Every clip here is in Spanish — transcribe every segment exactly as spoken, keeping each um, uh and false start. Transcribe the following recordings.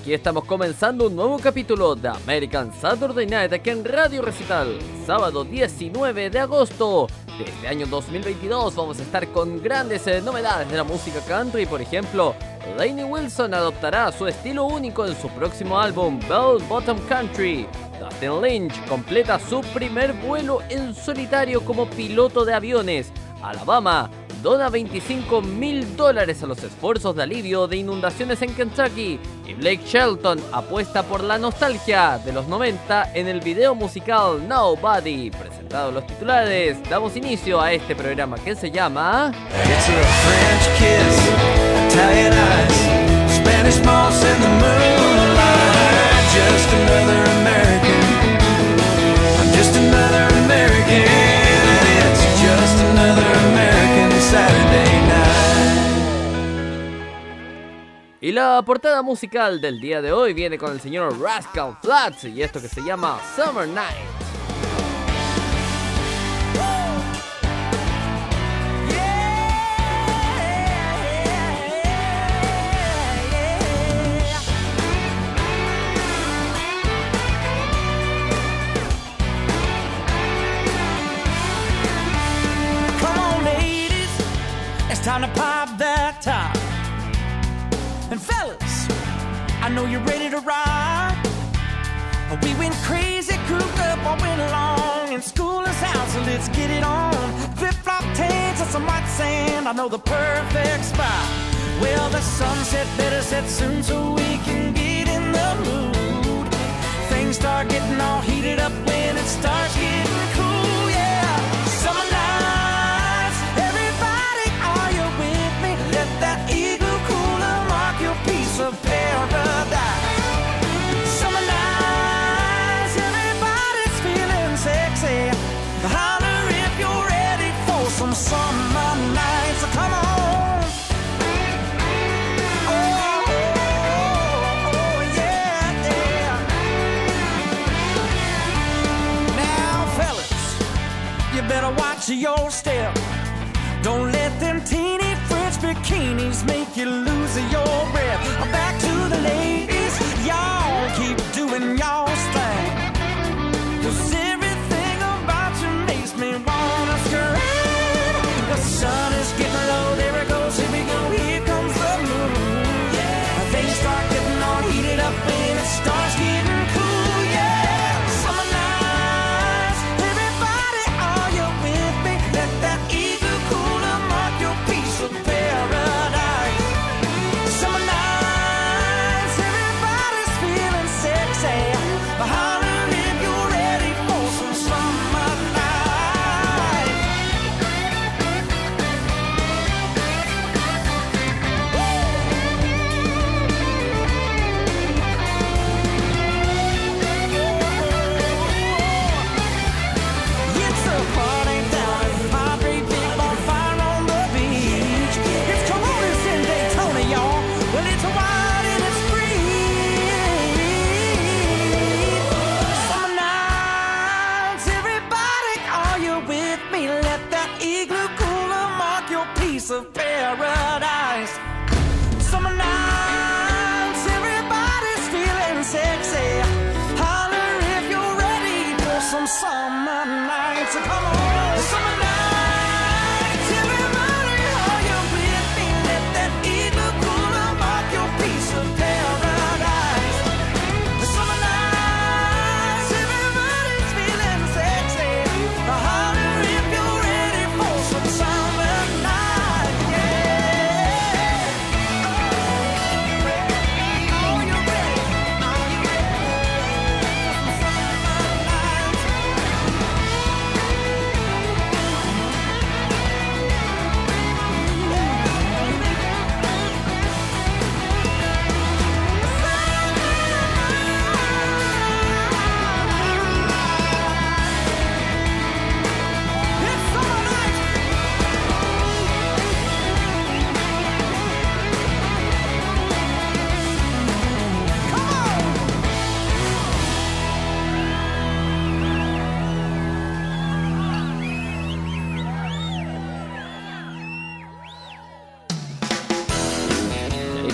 Aquí estamos comenzando un nuevo capítulo de American Saturday Night aquí en Radio Recital. Sábado diecinueve de agosto de este año dos mil veintidós vamos a estar con grandes eh, novedades de la música country. Por ejemplo, Lainey Wilson adoptará su estilo único en su próximo álbum Bell Bottom Country. Dustin Lynch completa su primer vuelo en solitario como piloto de aviones. Alabama dona veinticinco mil dólares a los esfuerzos de alivio de inundaciones en Kentucky. Y Blake Shelton apuesta por la nostalgia de los noventa en el video musical Nobody. Presentados los titulares, damos inicio a este programa que se llama It's a French kiss, Italian eyes, Spanish moss in the moonlight. Just another American. I'm just another American. It's just another American Saturday night. Y la portada musical del día de hoy viene con el señor Rascal Flatts y esto que se llama Summer Night. Time to pop that top. And fellas, I know you're ready to ride. We went crazy, cooped up all winter long. And school is out, so let's get it on. Flip-flop tanks and some white sand, I know the perfect spot. Well, the sunset better set soon so we can get in the mood. Things start getting all heated up when it starts getting cool, yeah. Summer night. That eagle cooler mark your piece of paradise. Summer nights, everybody's feeling sexy. Holler if you're ready for some summer nights. So come on. Oh, oh, oh, yeah, yeah. Now, fellas, you better watch your step. Don't let them teeny French bikinis make you lose your breath. Back to the ladies, y'all keep doing y'all's thing. 'Cause everything about you makes me wanna scream. The sun is getting low, there it goes, here we go, here comes the moon. Yeah. Things start getting all heated up when it starts getting cool, yeah. Summer nights, everybody, are you with me? Let that eagle cooler mark your piece of paradise.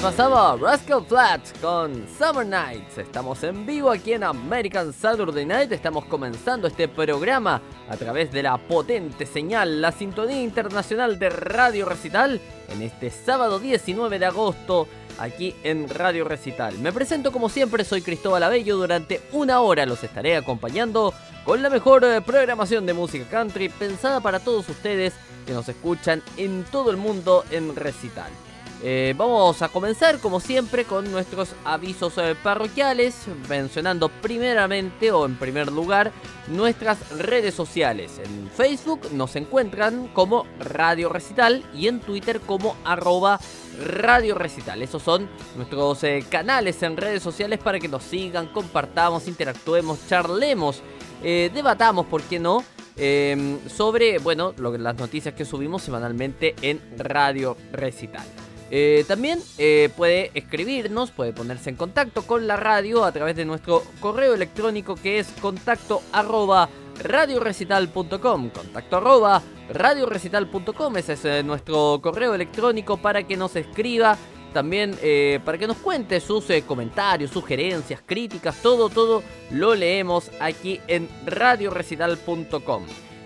pasaba Rascal Flatts con Summer Nights. Estamos en vivo aquí en American Saturday Night. Estamos comenzando este programa a través de la potente señal, la sintonía internacional de Radio Recital, en este sábado diecinueve de agosto, aquí en Radio Recital. Me presento como siempre, soy Cristóbal Abello. Durante una hora los estaré acompañando con la mejor programación de música country pensada para todos ustedes que nos escuchan en todo el mundo en Recital. Eh, vamos a comenzar como siempre con nuestros avisos eh, parroquiales, mencionando primeramente o en primer lugar nuestras redes sociales. En Facebook nos encuentran como Radio Recital y en Twitter como arroba Radio Recital. Esos son nuestros eh, canales en redes sociales para que nos sigan, compartamos, interactuemos, charlemos, eh, debatamos, ¿por qué no? Eh, sobre, bueno, lo, las noticias que subimos semanalmente en Radio Recital. Eh, también eh, puede escribirnos, puede ponerse en contacto con la radio a través de nuestro correo electrónico, que es contacto arroba radiorecital punto com. Contacto arroba radiorecital punto com. Ese es eh, nuestro correo electrónico para que nos escriba. También eh, para que nos cuente sus eh, comentarios, sugerencias, críticas, todo, todo lo leemos aquí en radiorecital punto com.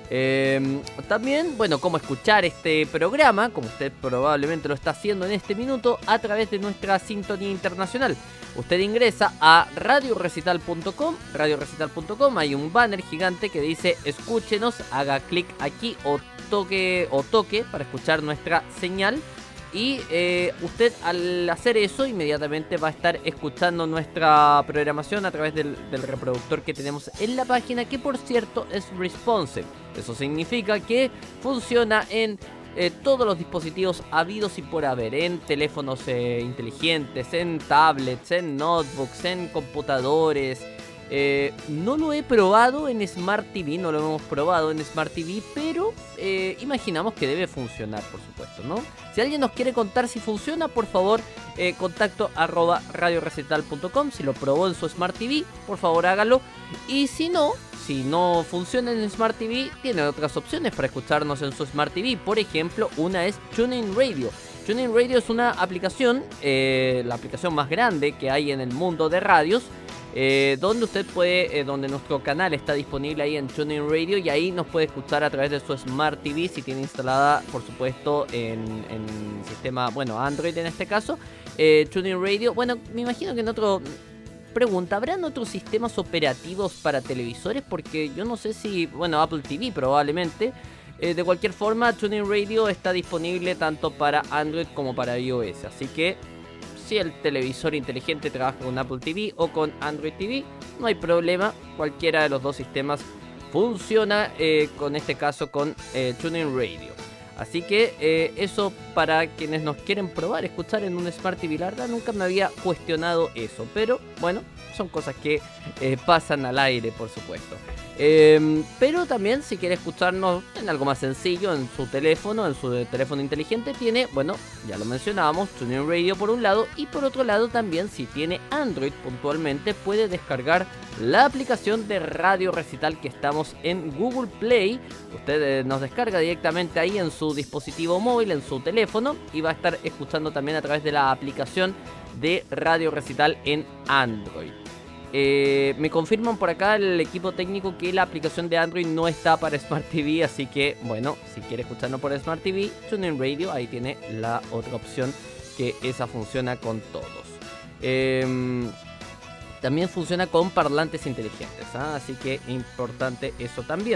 Eh, también, bueno, cómo escuchar este programa, como usted probablemente lo está haciendo en este minuto, a través de nuestra sintonía internacional. Usted ingresa a radiorecital punto com, radiorecital punto com, hay un banner gigante que dice escúchenos, haga clic aquí o toque, o toque para escuchar nuestra señal. Y eh, usted al hacer eso inmediatamente va a estar escuchando nuestra programación a través del, del reproductor que tenemos en la página, que por cierto es responsive. Eso significa que funciona en eh, todos los dispositivos habidos y por haber, en teléfonos eh, inteligentes, en tablets, en notebooks, en computadores. Eh, no lo he probado en Smart T V, no lo hemos probado en Smart T V, pero eh, imaginamos que debe funcionar, por supuesto, ¿no? Si alguien nos quiere contar si funciona, por favor, eh, contacto arroba radiorecital punto com. Si lo probó en su Smart T V, por favor hágalo. Y si no, si no funciona en Smart T V, tiene otras opciones para escucharnos en su Smart T V. Por ejemplo, una es TuneIn Radio. TuneIn Radio es una aplicación, eh, la aplicación más grande que hay en el mundo de radios, Eh, donde usted puede, eh, donde nuestro canal está disponible ahí en TuneIn Radio, y ahí nos puede escuchar a través de su Smart T V si tiene instalada, por supuesto, en, en sistema, bueno, Android en este caso, eh, TuneIn Radio. Bueno, me imagino que en otro... Pregunta, ¿habrán otros sistemas operativos para televisores? Porque yo no sé si, bueno, Apple T V probablemente. Eh, de cualquier forma, TuneIn Radio está disponible tanto para Android como para iOS, así que si el televisor inteligente trabaja con Apple T V o con Android T V, no hay problema, cualquiera de los dos sistemas funciona, eh, con este caso con eh, TuneIn Radio. Así que eh, eso para quienes nos quieren probar, escuchar en un Smart T V. La verdad nunca me había cuestionado eso, pero bueno, son cosas que eh, pasan al aire, por supuesto. Eh, pero también si quiere escucharnos en algo más sencillo, en su teléfono, en su teléfono inteligente, tiene, bueno, ya lo mencionábamos, TuneIn Radio por un lado, y por otro lado también, si tiene Android puntualmente, puede descargar la aplicación de Radio Recital, que estamos en Google Play. Usted eh, nos descarga directamente ahí en su dispositivo móvil, en su teléfono, y va a estar escuchando también a través de la aplicación de Radio Recital en Android. Eh, me confirman por acá el equipo técnico que la aplicación de Android no está para Smart T V, así que, bueno, si quiere escucharnos por Smart T V, TuneIn Radio, ahí tiene la otra opción, que esa funciona con todos. Eh, también funciona con parlantes inteligentes, ¿eh? Así que importante eso también.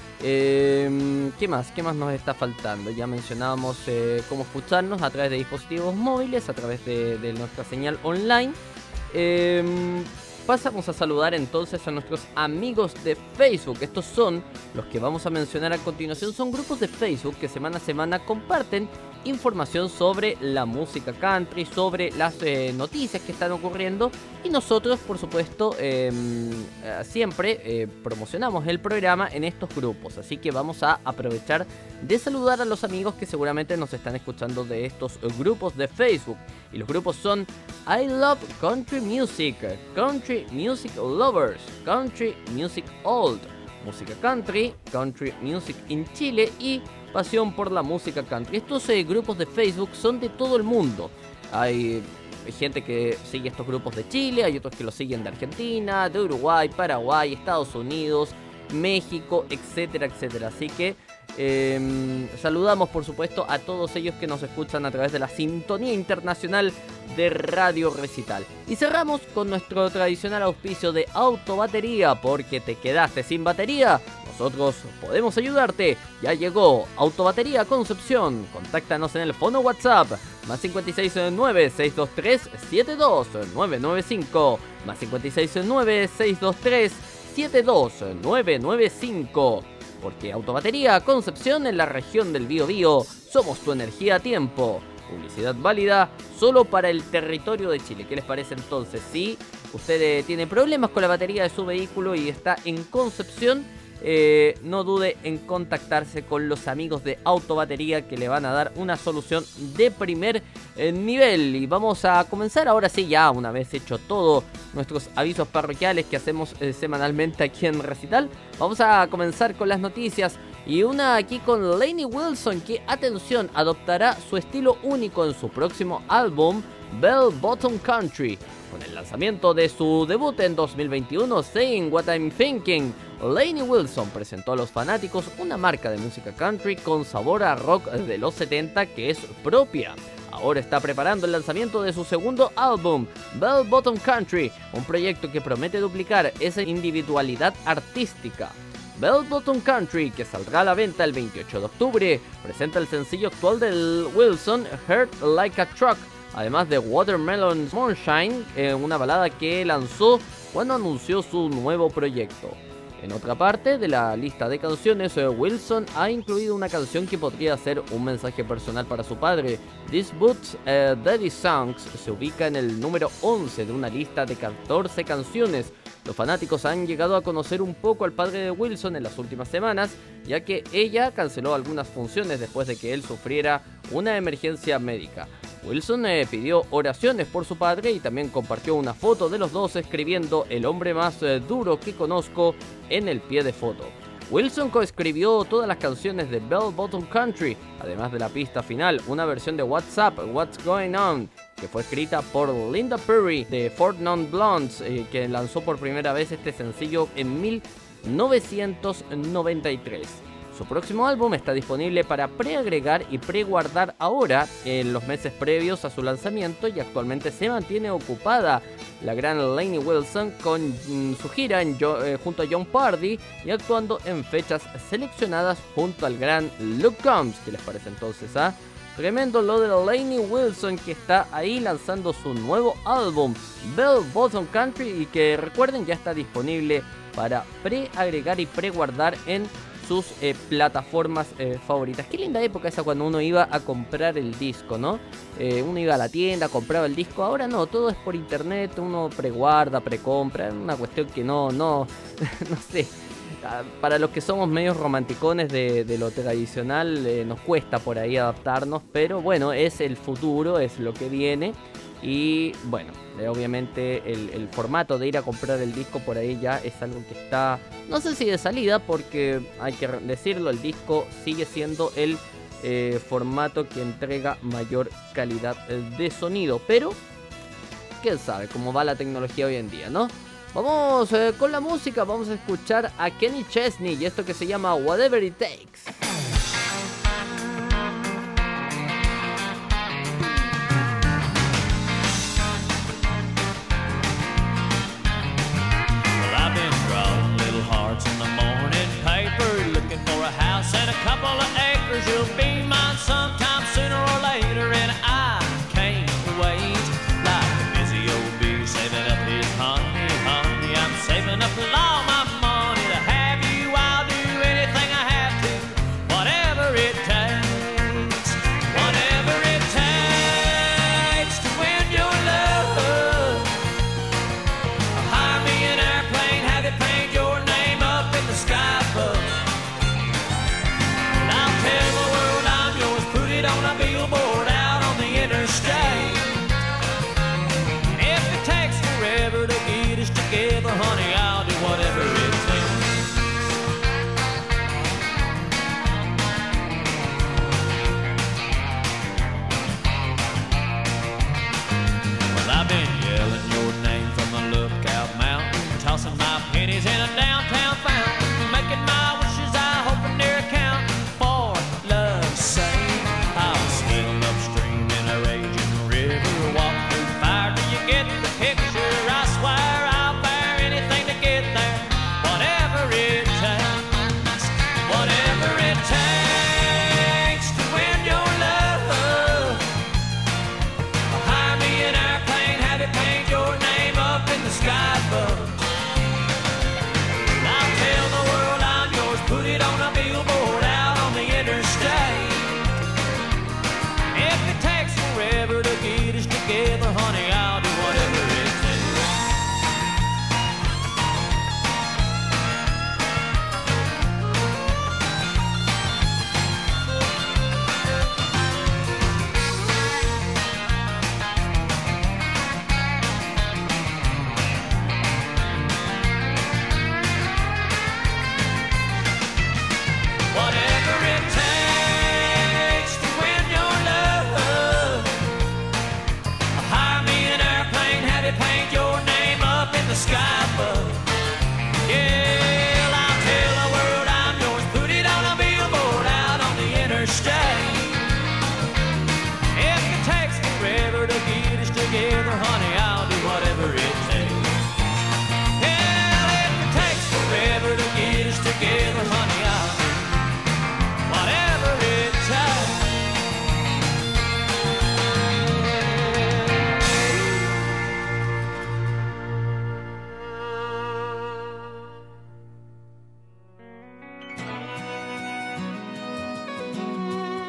Eh, ¿Qué más? ¿Qué más nos está faltando? Ya mencionábamos eh, cómo escucharnos a través de dispositivos móviles, a través de, de nuestra señal online. Eh, Pasamos a saludar entonces a nuestros amigos de Facebook. Estos son los que vamos a mencionar a continuación. Son grupos de Facebook que semana a semana comparten información sobre la música country, sobre las eh, noticias que están ocurriendo, y nosotros, por supuesto, eh, siempre eh, promocionamos el programa en estos grupos, así que vamos a aprovechar de saludar a los amigos que seguramente nos están escuchando de estos grupos de Facebook. Y los grupos son I Love Country Music, Country Music Lovers, Country Music Old, Música Country, Country Music in Chile y Pasión por la Música Country. Estos eh, grupos de Facebook son de todo el mundo. Hay hay gente que sigue estos grupos de Chile, hay otros que los siguen de Argentina, de Uruguay, Paraguay, Estados Unidos, México, etcétera, etcétera. Así que eh, saludamos por supuesto a todos ellos que nos escuchan a través de la sintonía internacional de Radio Recital. Y cerramos con nuestro tradicional auspicio de Autobatería, porque te quedaste sin batería. Nosotros podemos ayudarte. Ya llegó Autobatería Concepción. Contáctanos en el fono WhatsApp más cinco seis nueve, seis dos tres, siete dos nueve nueve cinco, más cinco seis nueve, seis dos tres, siete dos nueve nueve cinco. Porque Autobatería Concepción, en la región del Biobío, somos tu energía a tiempo. Publicidad válida solo para el territorio de Chile. ¿Qué les parece entonces? Si usted eh, tiene problemas con la batería de su vehículo y está en Concepción, eh, no dude en contactarse con los amigos de Autobatería, que le van a dar una solución de primer eh, nivel. Y vamos a comenzar ahora sí, ya una vez hecho todo nuestros avisos parroquiales que hacemos eh, semanalmente aquí en Recital. Vamos a comenzar con las noticias. Y una aquí con Lainey Wilson, que, atención, adoptará su estilo único en su próximo álbum, Bell Bottom Country. Con el lanzamiento de su debut en dos mil veintiuno, Saying What I'm Thinking, Lainey Wilson presentó a los fanáticos una marca de música country con sabor a rock de los setenta que es propia. Ahora está preparando el lanzamiento de su segundo álbum, Bell Bottom Country, un proyecto que promete duplicar esa individualidad artística. Bell Bottom Country, que saldrá a la venta el veintiocho de octubre, presenta el sencillo actual de Wilson, Hurt Like a Truck, además de Watermelon Moonshine, eh, una balada que lanzó cuando anunció su nuevo proyecto. En otra parte de la lista de canciones, eh, Wilson ha incluido una canción que podría ser un mensaje personal para su padre. This Boots uh, Daddy Songs se ubica en el número once de una lista de catorce canciones. Los fanáticos han llegado a conocer un poco al padre de Wilson en las últimas semanas, ya que ella canceló algunas funciones después de que él sufriera una emergencia médica. Wilson eh, pidió oraciones por su padre y también compartió una foto de los dos escribiendo "el hombre más eh, duro que conozco" en el pie de foto. Wilson coescribió todas las canciones de Bell Bottom Country, además de la pista final, una versión de WhatsApp, What's Going On, que fue escrita por Linda Perry de Four Non Blondes, eh, que lanzó por primera vez este sencillo en mil novecientos noventa y tres. Su próximo álbum está disponible para preagregar y preguardar ahora, en los meses previos a su lanzamiento, y actualmente se mantiene ocupada la gran Lainey Wilson con mm, su gira en, eh, junto a Jon Pardi y actuando en fechas seleccionadas junto al gran Luke Combs. ¿Qué les parece entonces? Ah? Tremendo lo de Lainey Wilson, que está ahí lanzando su nuevo álbum, Bell Bottom Country, y que, recuerden, ya está disponible para preagregar y preguardar en sus eh, plataformas eh, favoritas. Qué linda época esa, cuando uno iba a comprar el disco, ¿no? Eh, uno iba a la tienda, compraba el disco. Ahora no, todo es por internet, uno preguarda, precompra. Es una cuestión que no, no, no sé. Para los que somos medios romanticones de, de lo tradicional, eh, nos cuesta por ahí adaptarnos, pero bueno, es el futuro, es lo que viene. Y bueno, eh, obviamente el, el formato de ir a comprar el disco por ahí ya es algo que está, no sé si de salida, porque hay que decirlo, el disco sigue siendo el eh, formato que entrega mayor calidad de sonido, pero quién sabe cómo va la tecnología hoy en día, ¿no? Vamos eh, con la música, vamos a escuchar a Kenny Chesney y esto que se llama Whatever It Takes. In the morning paper, looking for a house and a couple of acres. You'll be mine sometime sooner or later, and I can't wait. Like a busy old bee saving up his honey, honey, I'm saving up all my money to have you. I'll do anything I have to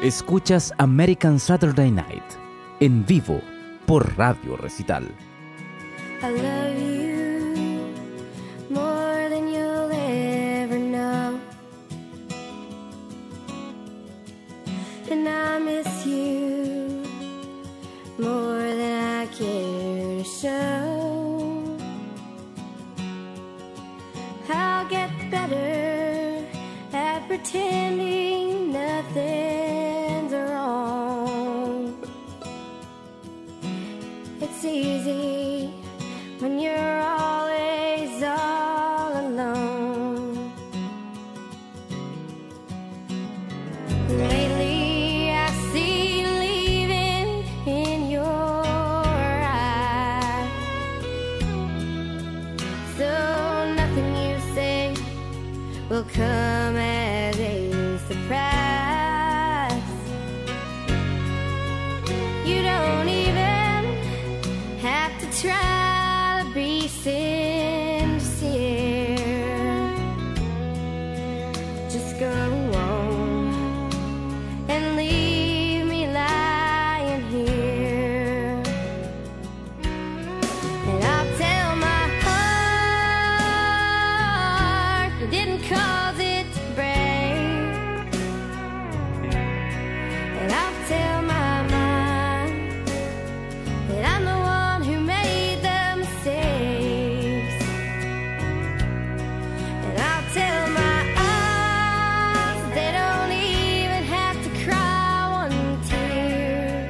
Escuchas American Saturday Night en vivo por Radio Recital. I love you more than you'll ever know, and I miss you more than I care to show. I'll get better at pretending nothing's wrong. It's easy when you're always all alone. Lately I see leaving in your eyes, so nothing you say will come as a surprise. You don't even have to try to be sincere. Just go on and leave me lying here, and I'll tell my heart you didn't cause it to break, and I'll tell my mind that I'm the one who made the mistakes, and I'll tell my eyes they don't even have to cry one tear.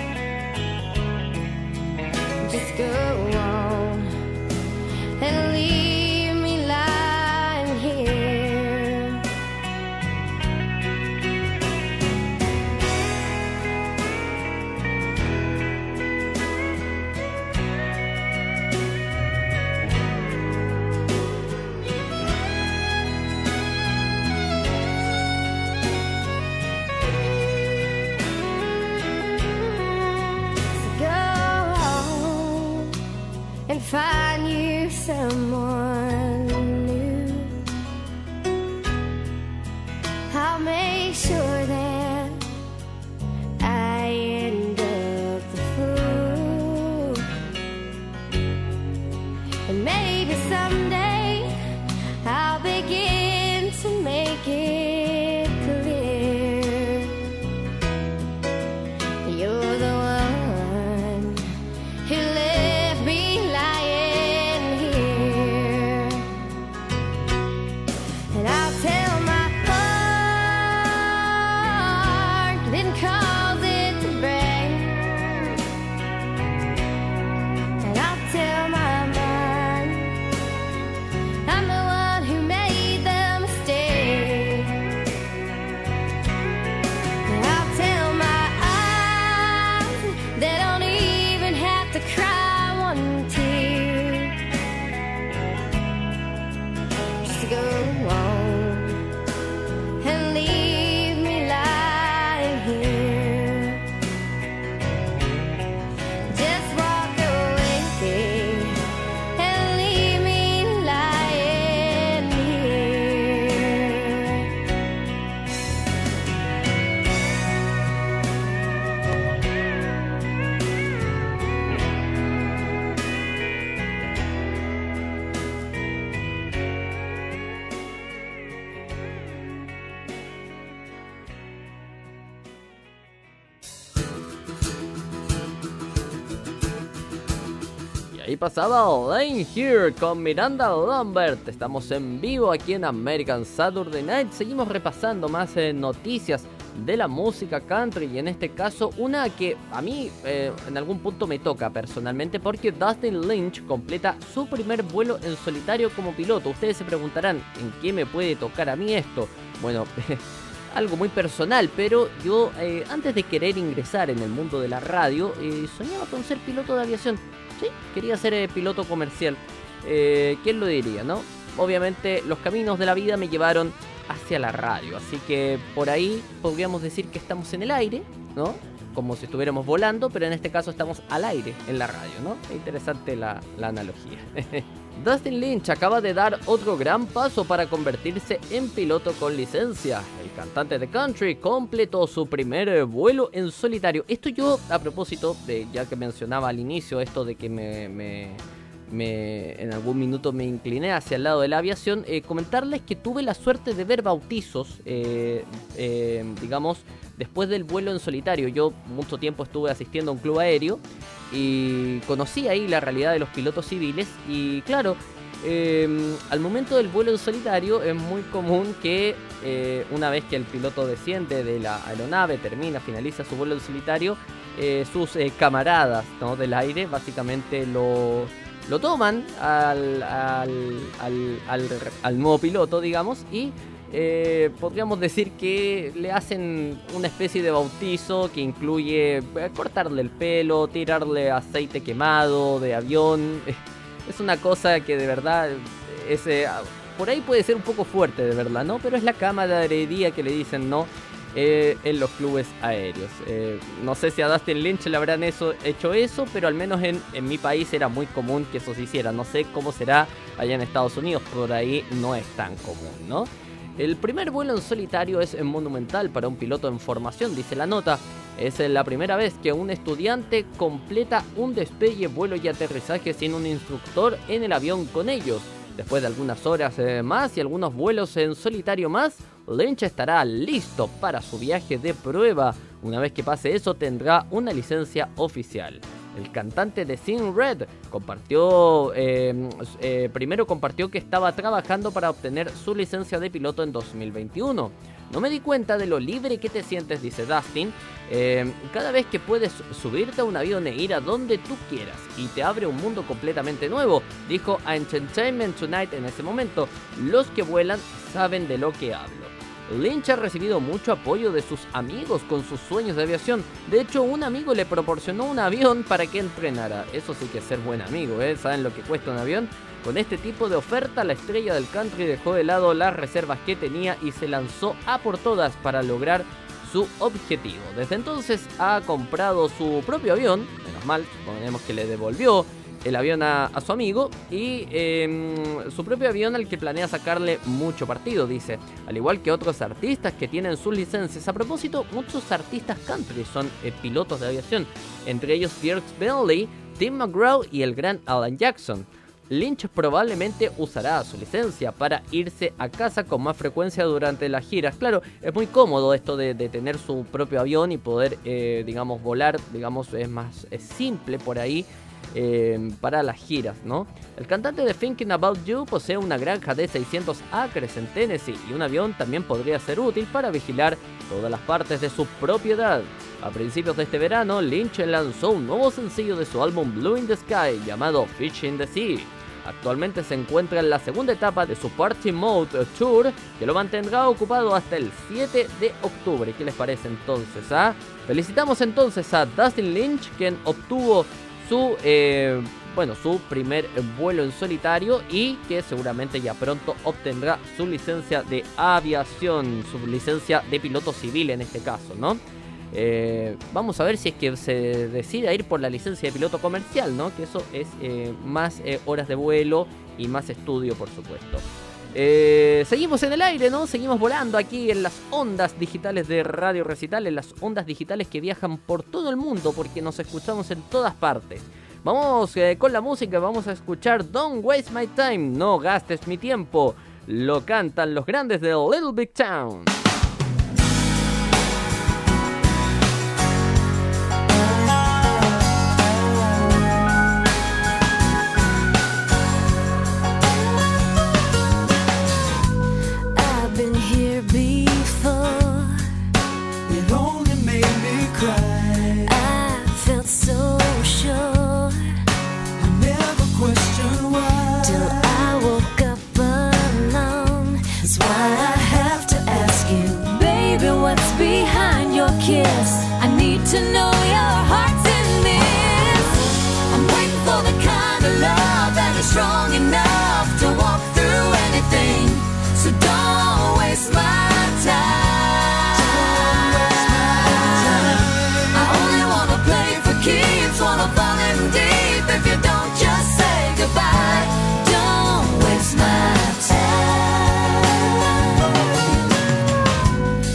Just go on and leave me lying here. So go on and find you someone new. I'll make sure that I end up the fool, and maybe someday I'll begin to make it clear you're the one who left me lying here, and I'll tell my heart you didn't cause it to break, and I'll tell my mind I'm the one who made the mistake, and I'll tell my eyes they don't even have to cry one tear. Just go on and leave me lying here. Just walk away and leave me lying here. Y ahí pasaba Lane Here con Miranda Lambert. Estamos en vivo aquí en American Saturday Night. Seguimos repasando más eh, noticias de la música country, y en este caso una que a mí eh, en algún punto me toca personalmente, porque Dustin Lynch completa su primer vuelo en solitario como piloto. Ustedes se preguntarán, ¿en qué me puede tocar a mí esto? Bueno, algo muy personal, pero yo eh, antes de querer ingresar en el mundo de la radio, eh, soñaba con ser piloto de aviación. Sí, quería ser eh, piloto comercial. Eh, ¿Quién lo diría, no? Obviamente los caminos de la vida me llevaron hacia la radio, así que por ahí podríamos decir que estamos en el aire, ¿no? Como si estuviéramos volando, pero en este caso estamos al aire en la radio, ¿no? Interesante la, la analogía. Dustin Lynch acaba de dar otro gran paso para convertirse en piloto con licencia. El cantante de country completó su primer vuelo en solitario. Esto yo, a propósito, de ya que mencionaba al inicio esto de que me, me, me en algún minuto me incliné hacia el lado de la aviación, eh, comentarles que tuve la suerte de ver bautizos, eh, eh, digamos, después del vuelo en solitario. Yo mucho tiempo estuve asistiendo a un club aéreo y conocí ahí la realidad de los pilotos civiles y claro, Eh, al momento del vuelo en solitario es muy común que eh, una vez que el piloto desciende de la aeronave, termina, finaliza su vuelo en solitario, eh, sus eh, camaradas, ¿no?, del aire básicamente lo, lo toman al, al, al, al, al nuevo piloto, digamos, y eh, podríamos decir que le hacen una especie de bautizo que incluye eh, cortarle el pelo, tirarle aceite quemado de avión. Es una cosa que de verdad es, eh, por ahí puede ser un poco fuerte, de verdad, ¿no? Pero es la camaradería que le dicen, ¿no? Eh, en los clubes aéreos. Eh, no sé si a Dustin Lynch le habrán eso, hecho eso, pero al menos en, en mi país era muy común que eso se hiciera. No sé cómo será allá en Estados Unidos, por ahí no es tan común, ¿no? El primer vuelo en solitario es monumental para un piloto en formación, dice la nota. Es la primera vez que un estudiante completa un despegue, vuelo y aterrizaje sin un instructor en el avión con ellos. Después de algunas horas eh, más y algunos vuelos en solitario más, Lynch estará listo para su viaje de prueba. Una vez que pase eso, tendrá una licencia oficial. El cantante de Sin Red compartió, eh, eh, primero compartió que estaba trabajando para obtener su licencia de piloto en dos mil veintiuno. No me di cuenta de lo libre que te sientes, dice Dustin. Eh, cada vez que puedes subirte a un avión e ir a donde tú quieras y te abre un mundo completamente nuevo, dijo a Entertainment Tonight en ese momento. Los que vuelan saben de lo que hablo. Lynch ha recibido mucho apoyo de sus amigos con sus sueños de aviación. De hecho, un amigo le proporcionó un avión para que entrenara. Eso sí que es ser buen amigo, ¿eh? ¿Saben lo que cuesta un avión? Con este tipo de oferta, la estrella del country dejó de lado las reservas que tenía y se lanzó a por todas para lograr su objetivo. Desde entonces ha comprado su propio avión, menos mal, suponemos que le devolvió el avión a, a su amigo y eh, su propio avión al que planea sacarle mucho partido, dice, al igual que otros artistas que tienen sus licencias. A propósito, muchos artistas country son eh, pilotos de aviación, entre ellos Dierks Bentley, Tim McGraw y el gran Alan Jackson. Lynch probablemente usará su licencia para irse a casa con más frecuencia durante las giras. Claro, es muy cómodo esto de, de tener su propio avión y poder, eh, digamos, volar, digamos, es más es simple por ahí. Eh, para las giras, ¿no? El cantante de Thinking About You posee una granja de seiscientos acres en Tennessee y un avión también podría ser útil para vigilar todas las partes de su propiedad. A principios de este verano, Lynch lanzó un nuevo sencillo de su álbum Blue in the Sky llamado Fish in the Sea. Actualmente se encuentra en la segunda etapa de su Party Mode Tour, que lo mantendrá ocupado hasta el siete de octubre. ¿Qué les parece entonces? Ah? Felicitamos entonces a Dustin Lynch, quien obtuvo su eh, bueno su primer vuelo en solitario y que seguramente ya pronto obtendrá su licencia de aviación, su licencia de piloto civil en este caso, ¿no? Eh, vamos a ver si es que se decide a ir por la licencia de piloto comercial, ¿no? Que eso es eh, más eh, horas de vuelo y más estudio, por supuesto. Eh, seguimos en el aire, ¿no? Seguimos volando aquí en las ondas digitales de Radio Recital, en las ondas digitales que viajan por todo el mundo porque nos escuchamos en todas partes. Vamos eh, con la música, vamos a escuchar Don't Waste My Time, no gastes mi tiempo. Lo cantan los grandes de Little Big Town. Kiss. I need to know your heart's in this. I'm waiting for the kind of love that is strong enough to walk through anything. So don't waste my time. I only wanna play for keeps, wanna fall in deep. If you don't just say goodbye, don't waste my time.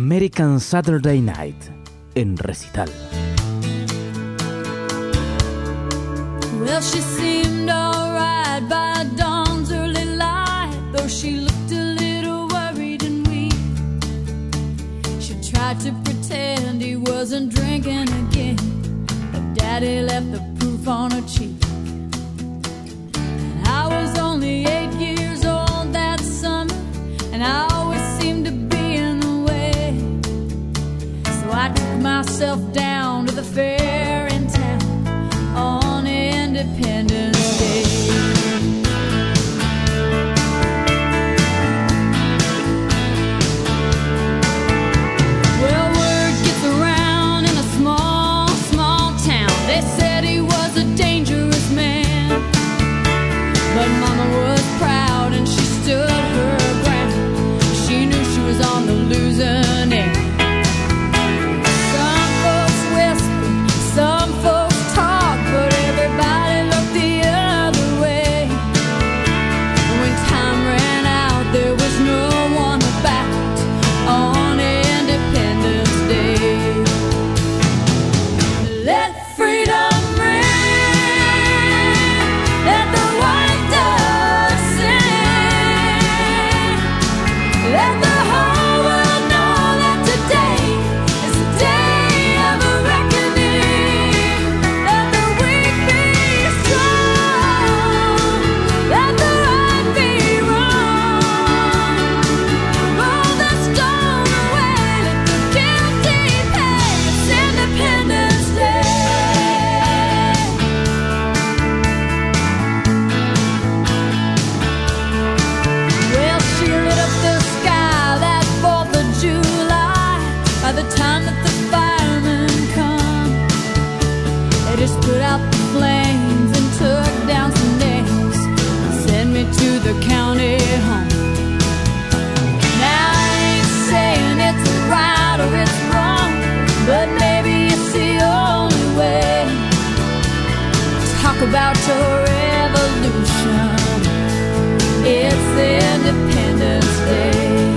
American Saturday Night en Recital. Well, she seemed alright by dawn's early light, though she looked a little worried and weak. She tried to pretend he wasn't drinking again, but Daddy left the proof on her cheek. And I was only eight years old that summer, and I always seemed to be in the way. So I took myself down to the fair in town on Independence Day. Well, word gets around in a small, small town. They said he was a dangerous man, but Mama was proud and she stood her ground. She knew she was on the losing end. Some folks whispered, some folks talked, but everybody looked the other way. And when time ran out, there was no one about on Independence Day. Let freedom ring, let the white dove sing, let the whole world know that today is the day of a reckoning. Let the weak be strong, let the right be wrong. Roll the stone away, let the guilty pay. It's Independence Day. Well, she lit up the sky that fourth of July. By the time that the firemen come, they just put out the flames and took down some names and sent me to the county home. Now I ain't saying it's right or it's wrong, but maybe it's the only way. Talk about your revolution. It's Independence Day.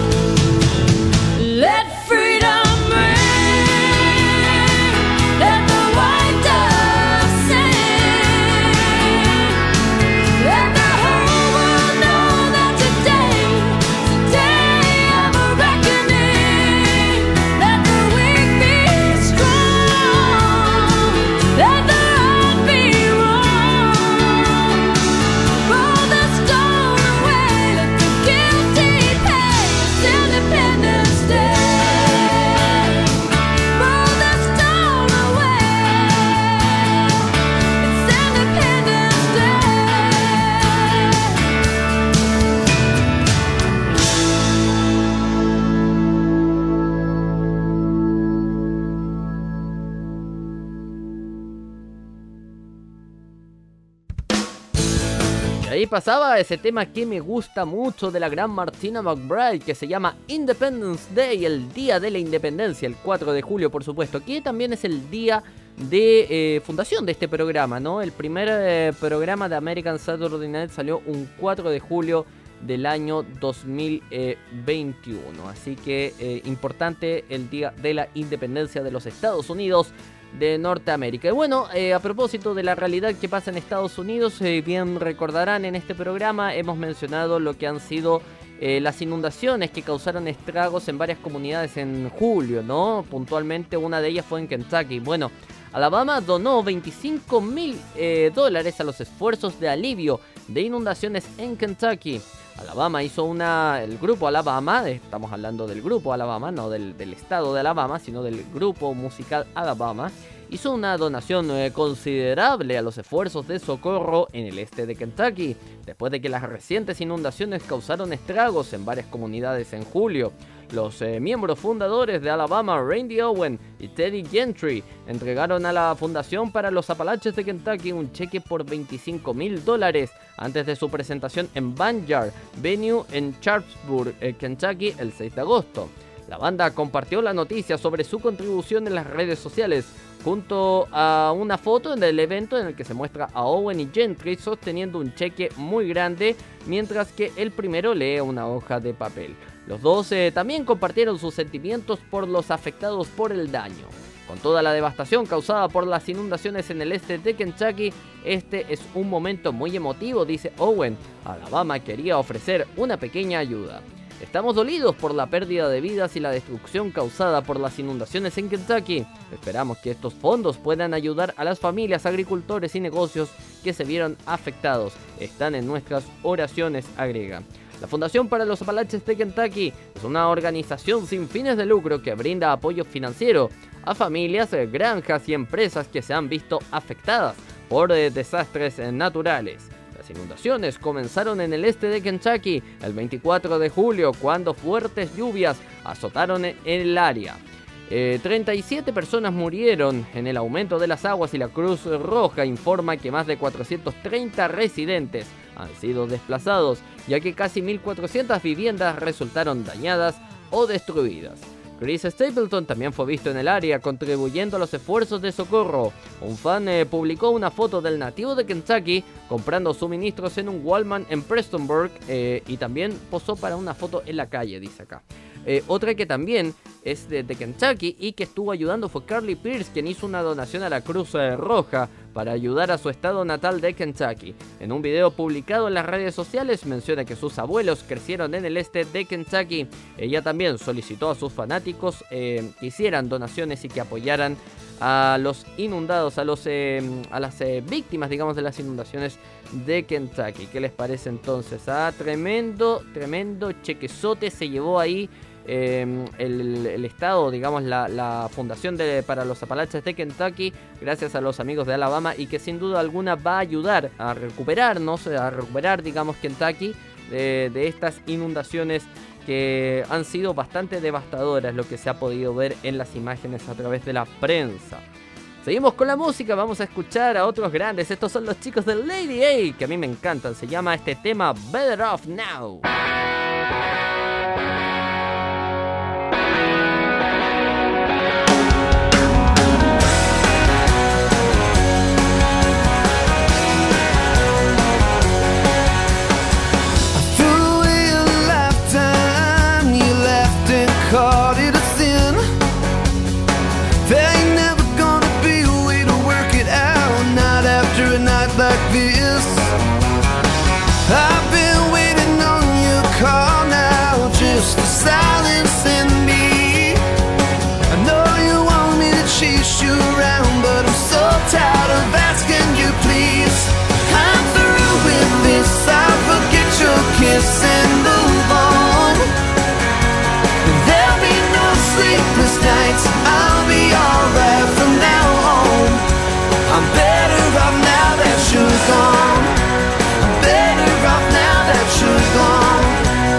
Let freedom ring, let the white dove sing, let the whole world know that today is the day of a reckoning. Let the weak be strong, let the right be wrong. Roll the stone away, let the guilty pay. It's Independence Day. Roll the stone away. It's Independence Day. Y ahí pasaba ese tema que me gusta mucho de la gran Martina McBride, que se llama Independence Day, el día de la independencia, el cuatro de julio, por supuesto, que también es el día de eh, fundación de este programa, ¿no? El primer eh, programa de American Saturday Night salió un cuatro de julio del año dos mil veintiuno, así que eh, importante el día de la independencia de los Estados Unidos de Norteamérica. Y bueno, eh, a propósito de la realidad que pasa en Estados Unidos, eh, bien recordarán, en este programa hemos mencionado lo que han sido eh, las inundaciones que causaron estragos en varias comunidades en julio, ¿no? Puntualmente una de ellas fue en Kentucky. Bueno, Alabama donó veinticinco mil eh, dólares a los esfuerzos de alivio de inundaciones en Kentucky. Alabama hizo una... El grupo Alabama, estamos hablando del grupo Alabama, no del, del estado de Alabama, sino del grupo musical Alabama, hizo una donación eh, considerable a los esfuerzos de socorro en el este de Kentucky, después de que las recientes inundaciones causaron estragos en varias comunidades en julio. Los eh, miembros fundadores de Alabama, Randy Owen y Teddy Gentry, entregaron a la Fundación para los Apalaches de Kentucky un cheque por veinticinco mil dólares antes de su presentación en Vanguard Venue en Sharpsburg, eh, Kentucky, el seis de agosto. La banda compartió la noticia sobre su contribución en las redes sociales, junto a una foto en el evento en el que se muestra a Owen y Gentry sosteniendo un cheque muy grande, mientras que el primero lee una hoja de papel. Los dos eh, también compartieron sus sentimientos por los afectados por el daño. Con toda la devastación causada por las inundaciones en el este de Kentucky, este es un momento muy emotivo, dice Owen. Alabama quería ofrecer una pequeña ayuda. Estamos dolidos por la pérdida de vidas y la destrucción causada por las inundaciones en Kentucky. Esperamos que estos fondos puedan ayudar a las familias, agricultores y negocios que se vieron afectados. Están en nuestras oraciones, agrega. La Fundación para los Apalaches de Kentucky es una organización sin fines de lucro que brinda apoyo financiero a familias, granjas y empresas que se han visto afectadas por eh, desastres eh, naturales. Las inundaciones comenzaron en el este de Kentucky el veinticuatro de julio, cuando fuertes lluvias azotaron el área. Eh, treinta y siete personas murieron en el aumento de las aguas y la Cruz Roja informa que más de cuatrocientos treinta residentes han sido desplazados, ya que casi mil cuatrocientas viviendas resultaron dañadas o destruidas. Chris Stapleton también fue visto en el área contribuyendo a los esfuerzos de socorro. Un fan eh, publicó una foto del nativo de Kentucky comprando suministros en un Walmart en Prestonburg eh, y también posó para una foto en la calle, dice acá. Eh, otra que también es de, de Kentucky y que estuvo ayudando fue Carly Pierce, quien hizo una donación a la Cruz Roja para ayudar a su estado natal de Kentucky. En un video publicado en las redes sociales menciona que sus abuelos crecieron en el este de Kentucky. Ella también solicitó a sus fanáticos eh, que hicieran donaciones y que apoyaran a los inundados, a, los, eh, a las eh, víctimas, digamos, de las inundaciones de Kentucky. ¿Qué les parece entonces? Ah, tremendo, tremendo chequezote se llevó ahí. Eh, el, el estado, digamos, la, la fundación de, para los Apalaches de Kentucky, gracias a los amigos de Alabama, y que sin duda alguna va a ayudar a recuperarnos, a recuperar, digamos, Kentucky de, de estas inundaciones que han sido bastante devastadoras, lo que se ha podido ver en las imágenes a través de la prensa. Seguimos con la música, vamos a escuchar a otros grandes. Estos son los chicos de Lady A, que a mí me encantan. Se llama este tema Better Off Now. Called it a sin. There ain't never gonna be a way to work it out, not after a night like this. I've been waiting on your call now, just to silence in me. I know you want me to chase you around, but I'm so tired of asking you please. I'm through with this, I'll forget your kiss and move on. There'll be no sleepless nights, I'll be alright from now on. I'm better off now that you're gone. I'm better off now that you're gone.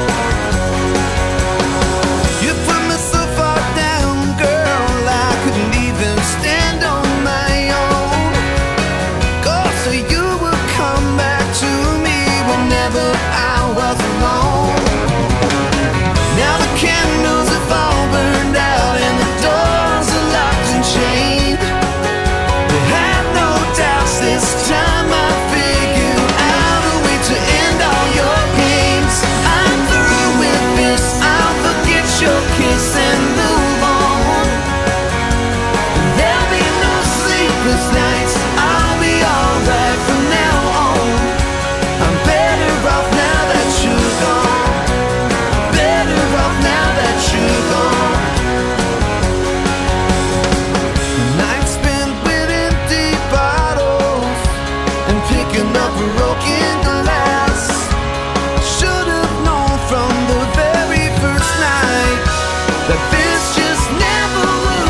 You put me so far down, girl, I couldn't even stand on my own. God, so you would come back to me whenever I was alone. Now the candles have all burned out and the doors are locked and chained. But have no doubts this time I figured out a way to end all your games. I'm through with this, I'll forget your kiss and move on. There'll be no sleepless nights, I'll be alright from now on. I'm better off now that you're gone. Better off now that you're gone. Nights spent with empty bottles and picking up broken glass. Should have known from the very first night that this just never would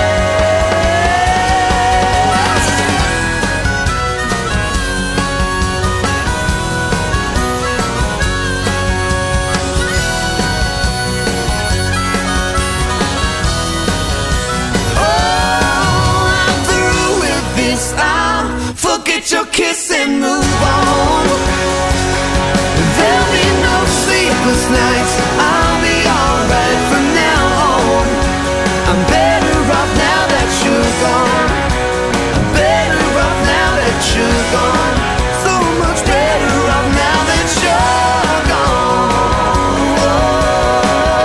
I'll forget your kiss and move on. There'll be no sleepless nights, I'll be alright from now on. I'm better off now that you're gone. I'm better off now that you're gone. So much better off now that you're gone. Oh.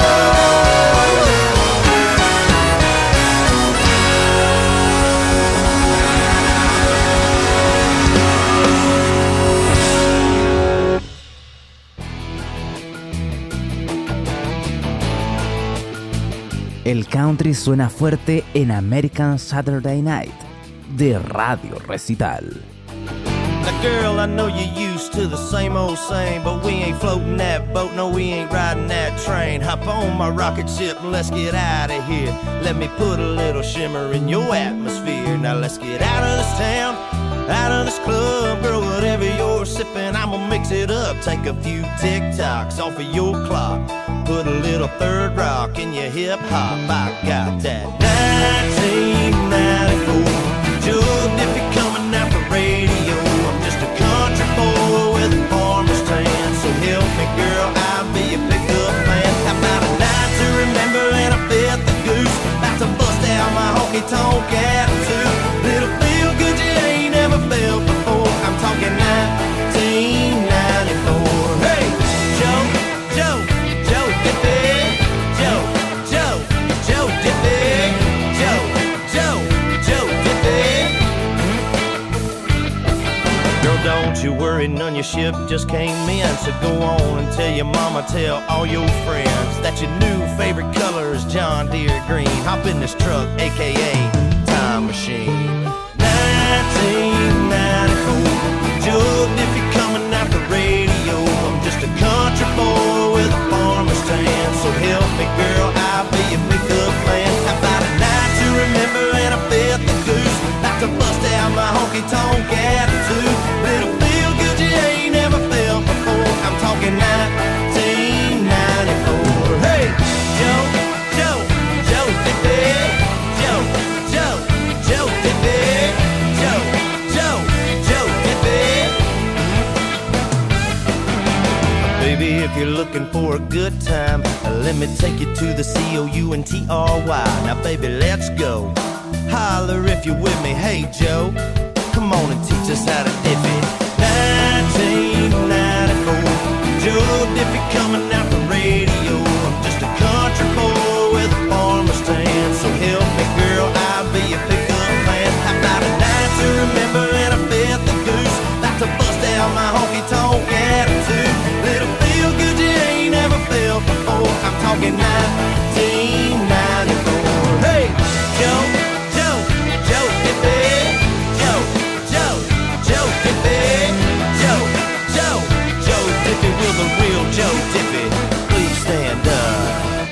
El country suena fuerte en American Saturday Night de Radio Recital. Now girl, I know you're used to the same old same, but we ain't floating that boat, no we ain't riding that train. Hop on my rocket ship and let's get out of here. Let me put a little shimmer in your atmosphere. Now let's get out of this town, out of this club. Girl, whatever you're sipping, I'ma mix it up. Take a few tick-tocks off of your clock. Put a little third rock in your hip-hop. I got that nineteen ninety-four Joe Diffie coming out the radio. I'm just a country boy with a farmer's tan. So help me, girl, I'll be your pickup man. How about a night to remember and a fifth of goose? About to bust out my honky-tonk attitude. Little feel good you ain't ever felt before. I'm talking nineteen ninety-four. Hey, Joe, Joe, Joe Diffie. Joe, Joe, Joe Diffie. Joe, Joe, Joe Diffie. Girl, don't you worry, none, your ship just came in. So go on and tell your mama, tell all your friends that your new favorite color is John Deere green. Hop in this truck, A K A Time Machine. nineteen ninety-four Joe Diffie coming out the radio. I'm just a country boy with a farmer's tan. So help me, girl, I'll be your pickup man. How about a night to remember and a fifth of goose? About to bust out my honky-tonk attitude. Little feel good you ain't ever felt before. I'm talking nineteen ninety-four. Hey, Joe, Joe, Joe Diffie. Joe, Joe, Joe Diffie. Joe, Joe, Joe Diffie. Baby, if you're looking for a good time, let me take you to the C O U N T R Y. Now baby, let's go. Holler if you're with me. Hey Joe, come on and teach us how to diffie. nineteen ninety-four Joe Diffie coming out the radio. I'm just a country boy with a farmer's tan. So help me, girl, I'll be your pickup man. How about a night to remember and a fifth of goose? About to bust out my honky-tonk attitude. Little feel good you ain't ever felt before. I'm talking nineteen ninety-four. Hey, Joe, Joe, Joe Diffie. Joe, Joe, Joe Diffie. Joe, Joe, Joe Diffie. Will the real Joe Diffie please stand up?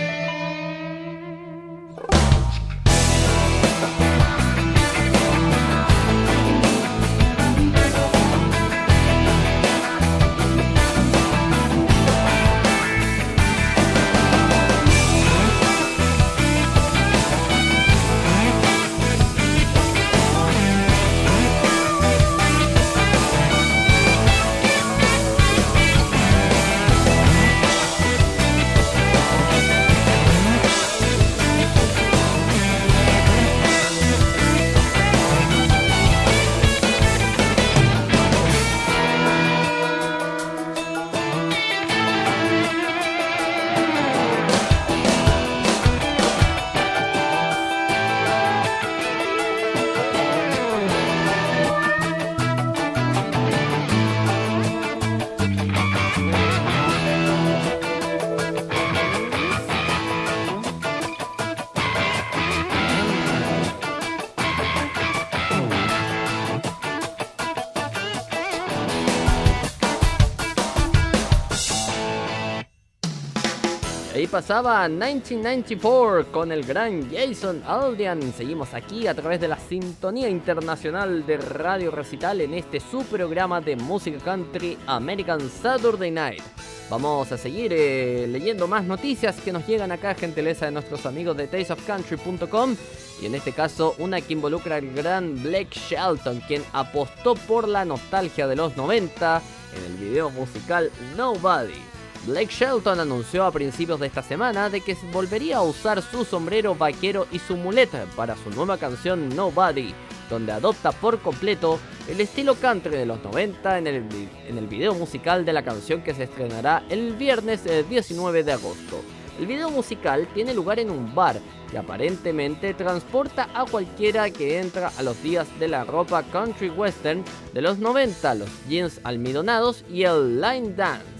Ahí pasaba nineteen ninety-four con el gran Jason Aldean. Seguimos aquí a través de la sintonía internacional de Radio Recital en este su programa de música country American Saturday Night. Vamos a seguir eh, leyendo más noticias que nos llegan acá, gentileza de nuestros amigos de taste of country punto com. Y en este caso una que involucra al gran Blake Shelton, quien apostó por la nostalgia de los noventa en el video musical Nobody. Blake Shelton anunció a principios de esta semana de que volvería a usar su sombrero vaquero y su muleta para su nueva canción Nobody, donde adopta por completo el estilo country de los noventa en el, en el video musical de la canción, que se estrenará el viernes diecinueve de agosto. El video musical tiene lugar en un bar y aparentemente transporta a cualquiera que entra a los días de la ropa country western de los noventa, los jeans almidonados y el line dance.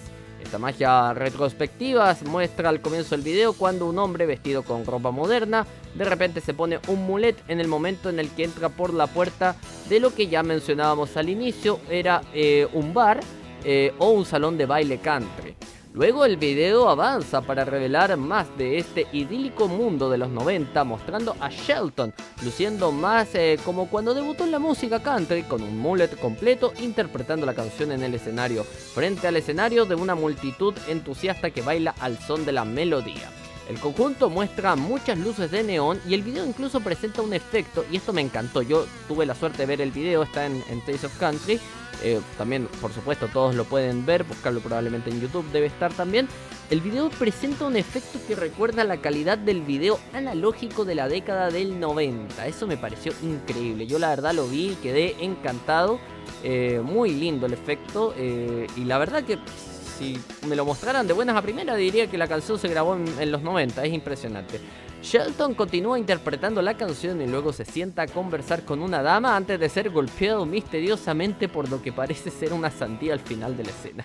Esta magia retrospectiva muestra al comienzo del video cuando un hombre vestido con ropa moderna de repente se pone un mulet en el momento en el que entra por la puerta de lo que ya mencionábamos al inicio, era eh, un bar eh, o un salón de baile country. Luego el video avanza para revelar más de este idílico mundo de los noventa, mostrando a Shelton luciendo más eh, como cuando debutó en la música country, con un mullet completo, interpretando la canción en el escenario, frente al escenario de una multitud entusiasta que baila al son de la melodía. El conjunto muestra muchas luces de neón y el video incluso presenta un efecto, y esto me encantó. Yo tuve la suerte de ver el video, está en, en Taste of Country. Eh, también, por supuesto, todos lo pueden ver, buscarlo probablemente en YouTube, debe estar también. El video presenta un efecto que recuerda la calidad del video analógico de la década del noventa. Eso me pareció increíble. Yo la verdad lo vi y quedé encantado. Eh, muy lindo el efecto. Eh, y la verdad que si me lo mostraran de buenas a primeras, diría que la canción se grabó en, en los noventa. Es impresionante. Shelton continúa interpretando la canción y luego se sienta a conversar con una dama antes de ser golpeado misteriosamente por lo que parece ser una sandía al final de la escena.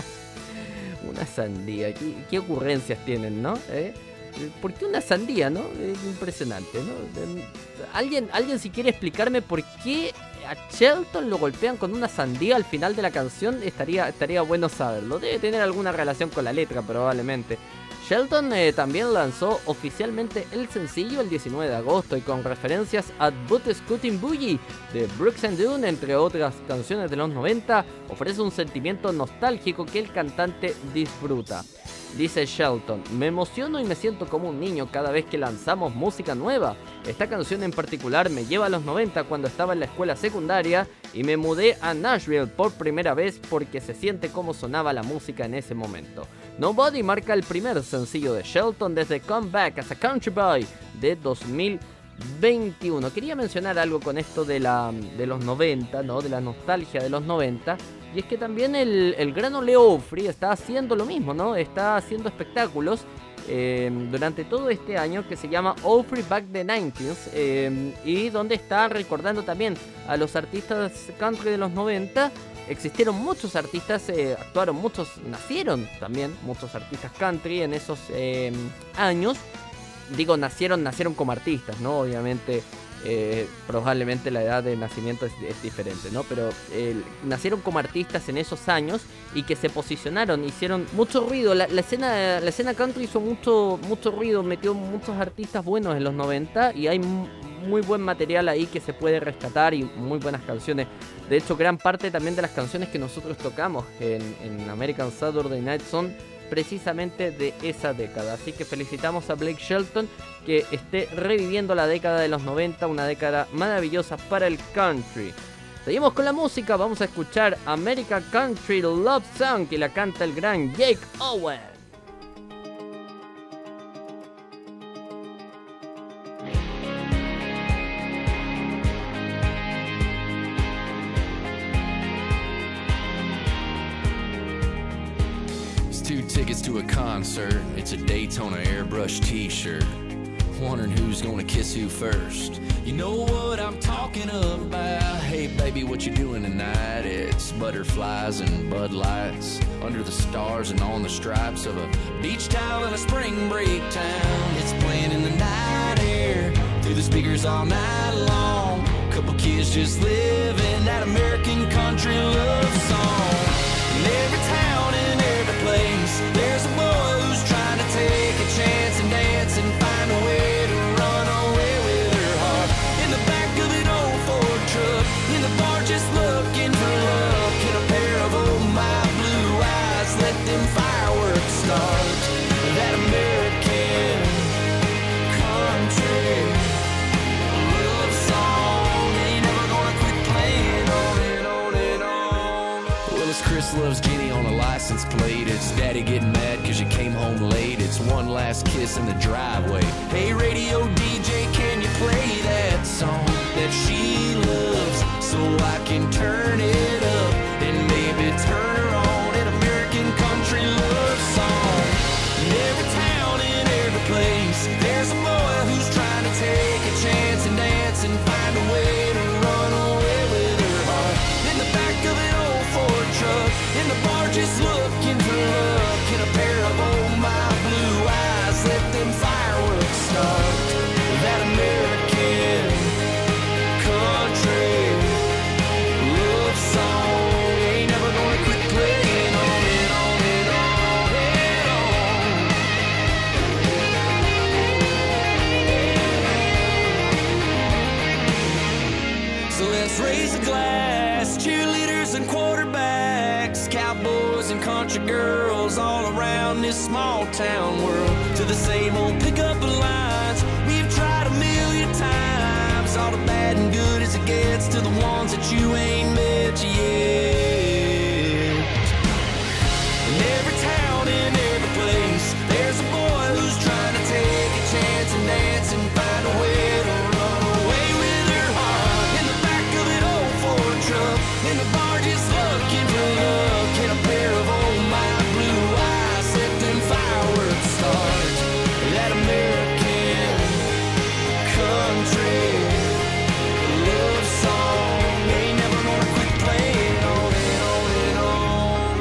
Una sandía, ¿Qué, qué ocurrencias tienen, ¿no? ¿Eh? ¿Por qué una sandía, no? Es impresionante, ¿no? ¿Alguien, alguien si quiere explicarme por qué a Shelton lo golpean con una sandía al final de la canción, estaría, estaría bueno saberlo. Debe tener alguna relación con la letra probablemente. Shelton eh, también lanzó oficialmente el sencillo el diecinueve de agosto y con referencias a Boot Scootin' Boogie de Brooks and Dunn, entre otras canciones de los noventa, ofrece un sentimiento nostálgico que el cantante disfruta. Dice Shelton: me emociono y me siento como un niño cada vez que lanzamos música nueva. Esta canción en particular me lleva a los noventa, cuando estaba en la escuela secundaria y me mudé a Nashville por primera vez porque se siente como sonaba la música en ese momento. Nobody marca el primer sencillo de Shelton desde Come Back as a Country Boy de dos mil veintiuno. Quería mencionar algo con esto de, la, de los noventa, ¿no? De la nostalgia de los noventa. Y es que también el, el gran Ole Ofri está haciendo lo mismo, ¿no? Está haciendo espectáculos eh, durante todo este año que se llama Ofri Back the nineties, eh, y donde está recordando también a los artistas country de los noventa. Existieron muchos artistas, eh, actuaron muchos, nacieron también muchos artistas country en esos eh, años. Digo, nacieron, nacieron como artistas, ¿no? Obviamente, eh, probablemente la edad de nacimiento es, es diferente, ¿no? Pero eh, nacieron como artistas en esos años y que se posicionaron, hicieron mucho ruido. La, la escena, la escena country hizo mucho, mucho ruido, metió muchos artistas buenos en los noventa y hay muy buen material ahí que se puede rescatar y muy buenas canciones. De hecho, gran parte también de las canciones que nosotros tocamos en, en American Saturday Night son precisamente de esa década. Así que felicitamos a Blake Shelton que esté reviviendo la década de los noventa, una década maravillosa para el country. Seguimos con la música, vamos a escuchar American Country Love Song, que la canta el gran Jake Owen. Two tickets to a concert, it's a Daytona airbrush t-shirt. Wondering who's gonna kiss who first. You know what I'm talking about. Hey baby, what you doing tonight? It's butterflies and Bud Lights under the stars and on the stripes of a beach towel in a spring break town. It's playing in the night air through the speakers all night long. Couple kids just living that American country love song. In every town and every place, there's a boy who's trying to take a chance and dance and find a way to run away with her heart. In the back of an old Ford truck, in the bar just looking for love. Get a pair of old my blue eyes, let them fireworks start. That American country love song ain't never gonna quit playing on and on and on. Well, it's Chris loves Jenny on a license plate. It's daddy getting mad cause you came home late. It's one last kiss in the driveway. Hey radio D J, can you play that song that she loves so I can turn it up and maybe turn her on? An American country love song. In every town, in every place, there's a boy who's trying to take a chance and dance and find a way to run away with her heart. In the back of an old Ford truck, in the bar just looking for love. bunch of girls all around this small town world. To the same old pickup lines we've tried a million times. All the bad and good as it gets to the ones that you ain't met yet. In every town, in every place, there's a boy who's trying to take a chance and dance and find a way to run away with her heart. In the back of an old Ford truck, in the bar just looking for love. Can a pair of old my blue eyes set them fireworks start? That American country love song ain't never gonna quit playing on and on and on.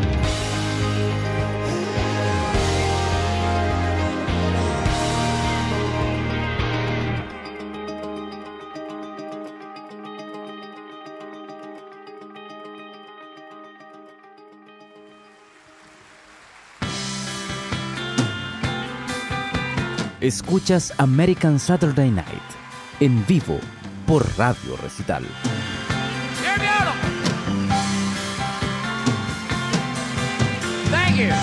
Escuchas American Saturday Night en vivo por Radio Recital. Here we go. Thank you.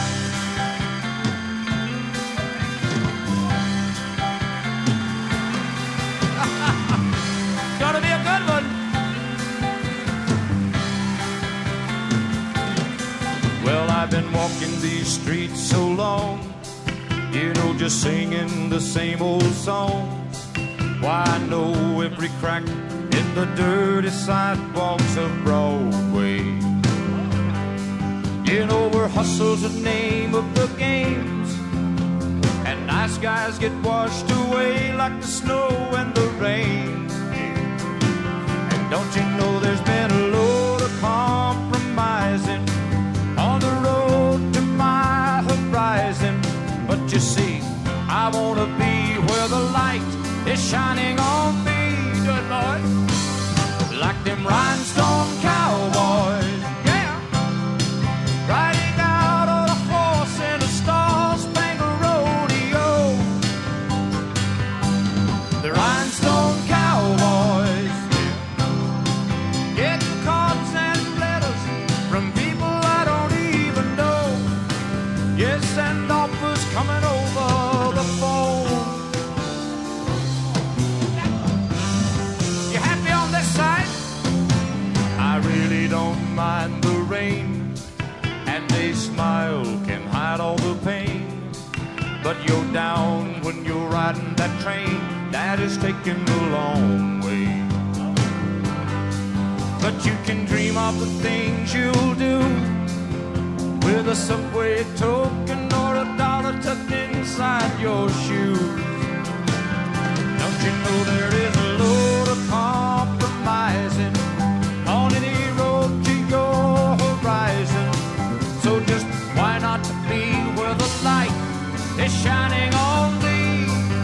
It's gonna be a good one. Well, I've been walking these streets so long, you know, just singing the same old songs. Why, I know every crack in the dirty sidewalks of Broadway. You know where hustle's the name of the games, and nice guys get washed away like the snow and the rain. And don't you know there's been a load of compromising on the road to my horizon? But you see, I wanna be where the light is shining on me, good Lord, like them rhinestone cowboys, yeah, riding out on a horse in a star-spangled rodeo. The rhinestone cowboys, getting cards and letters from people I don't even know. Yes, and offers coming over the phone. You happy on this side? I really don't mind the rain, and a smile can hide all the pain. But you're down when you're riding that train that is taking the long way. But you can dream of the things you'll do with a subway token or a dollar tucked inside your shoes. Don't you know there is a load of compromising on any road to your horizon? So just why not be where the light is shining on me,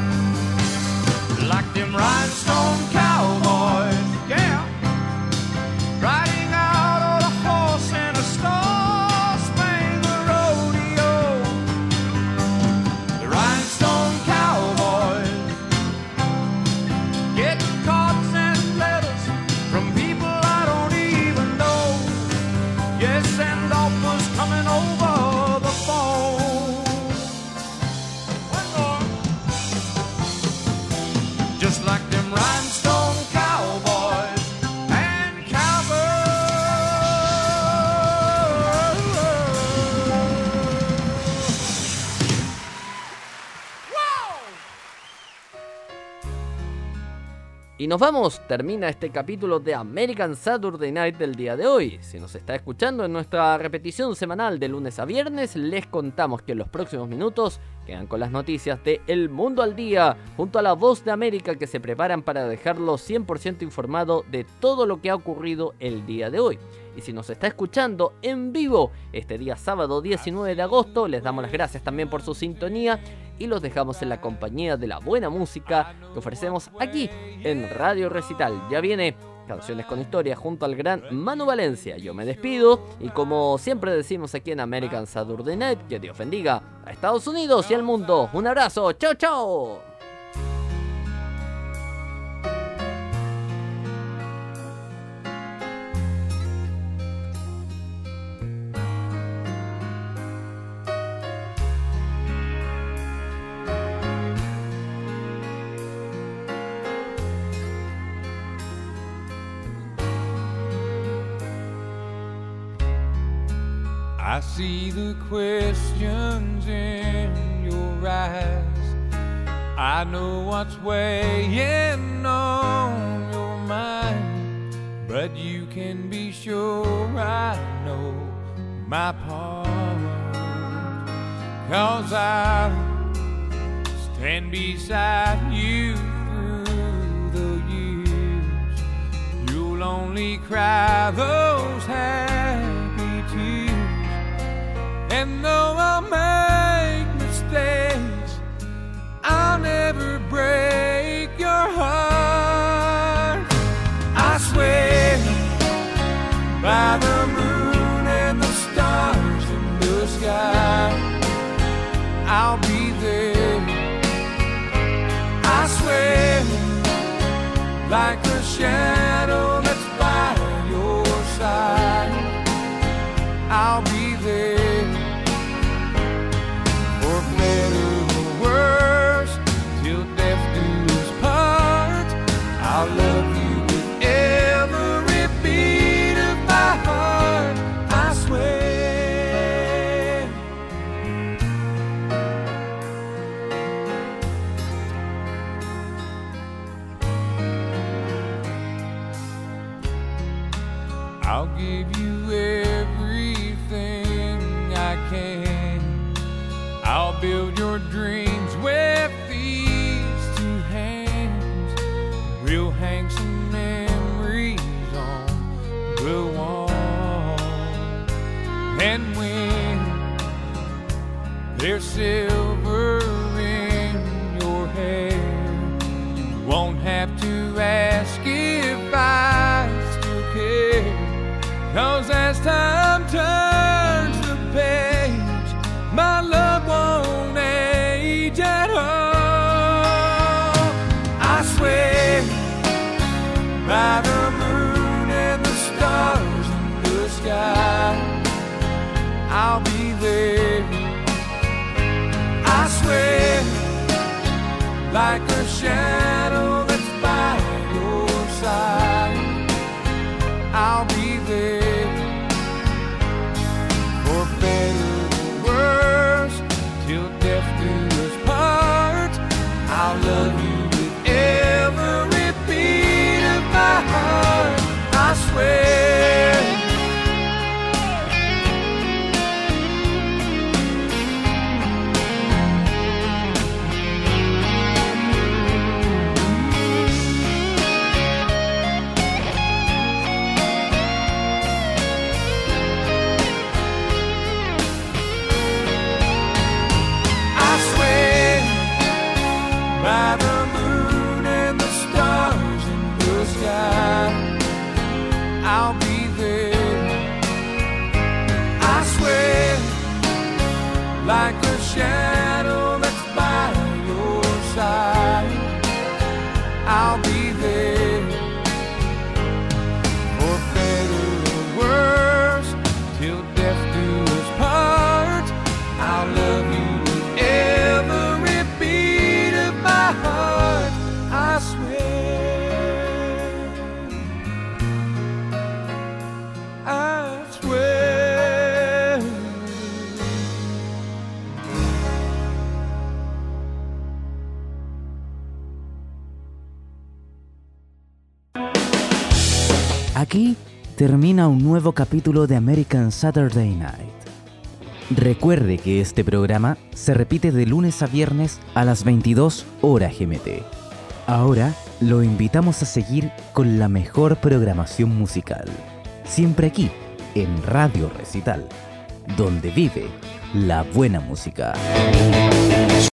like them rhinestone cowboys, yeah, riding out on a horse in a star-spangled rodeo. The rhinestone cowboys, getting cards and letters from people I don't even know. Yes, and offers coming over the phone. One more. Just like them rhinestone cowboys and cowgirls. Wow! Y nos vamos, termina este capítulo de American Saturday Night del día de hoy. Si nos está escuchando en nuestra repetición semanal de lunes a viernes, les contamos que en los próximos minutos quedan con las noticias de El Mundo al Día, junto a La Voz de América, que se preparan para dejarlo cien por ciento informado de todo lo que ha ocurrido el día de hoy. Y si nos está escuchando en vivo este día sábado diecinueve de agosto, les damos las gracias también por su sintonía y los dejamos en la compañía de la buena música que ofrecemos aquí en Radio Recital. Ya viene Canciones con Historia junto al gran Manu Valencia. Yo me despido y, como siempre decimos aquí en American Saturday Night, que Dios bendiga a Estados Unidos y al mundo. Un abrazo, chao chao. I see the questions in your eyes. I know what's weighing on your mind, but you can be sure I know my part. 'Cause I stand beside you through the years. You'll only cry those happy tears. And though I'll make mistakes, I'll never break your heart. I swear by the moon and the stars in the sky, I'll be there. I swear like a shadow that's by your side, I'll be there. For better or worse, till death do us part, I'll love you with every beat of my heart. I swear. I'll give you everything I can. I'll build your dreams with these two hands. We'll hang some memories on the wall. And when there's silver in your hair, you won't have to ask if I still care. 'Cause as time turns the page, my love won't age at all. I swear by the moon and the stars in the sky, I'll be there. I swear like a shadow that's by your side, I'll be there. For better or worse, till death do us part, I'll love you with every beat of my heart. I swear. By the moon and the stars in the sky, I'll be there. I swear like a shadow that's by your side, I'll be there. For better or worse, till death do us part, I'll love you with every beat of my heart. I swear, I swear. Aquí termina un nuevo capítulo de American Saturday Night. Recuerde que este programa se repite de lunes a viernes a las veintidós horas G M T. Ahora lo invitamos a seguir con la mejor programación musical, siempre aquí en Radio Recital, donde vive la buena música.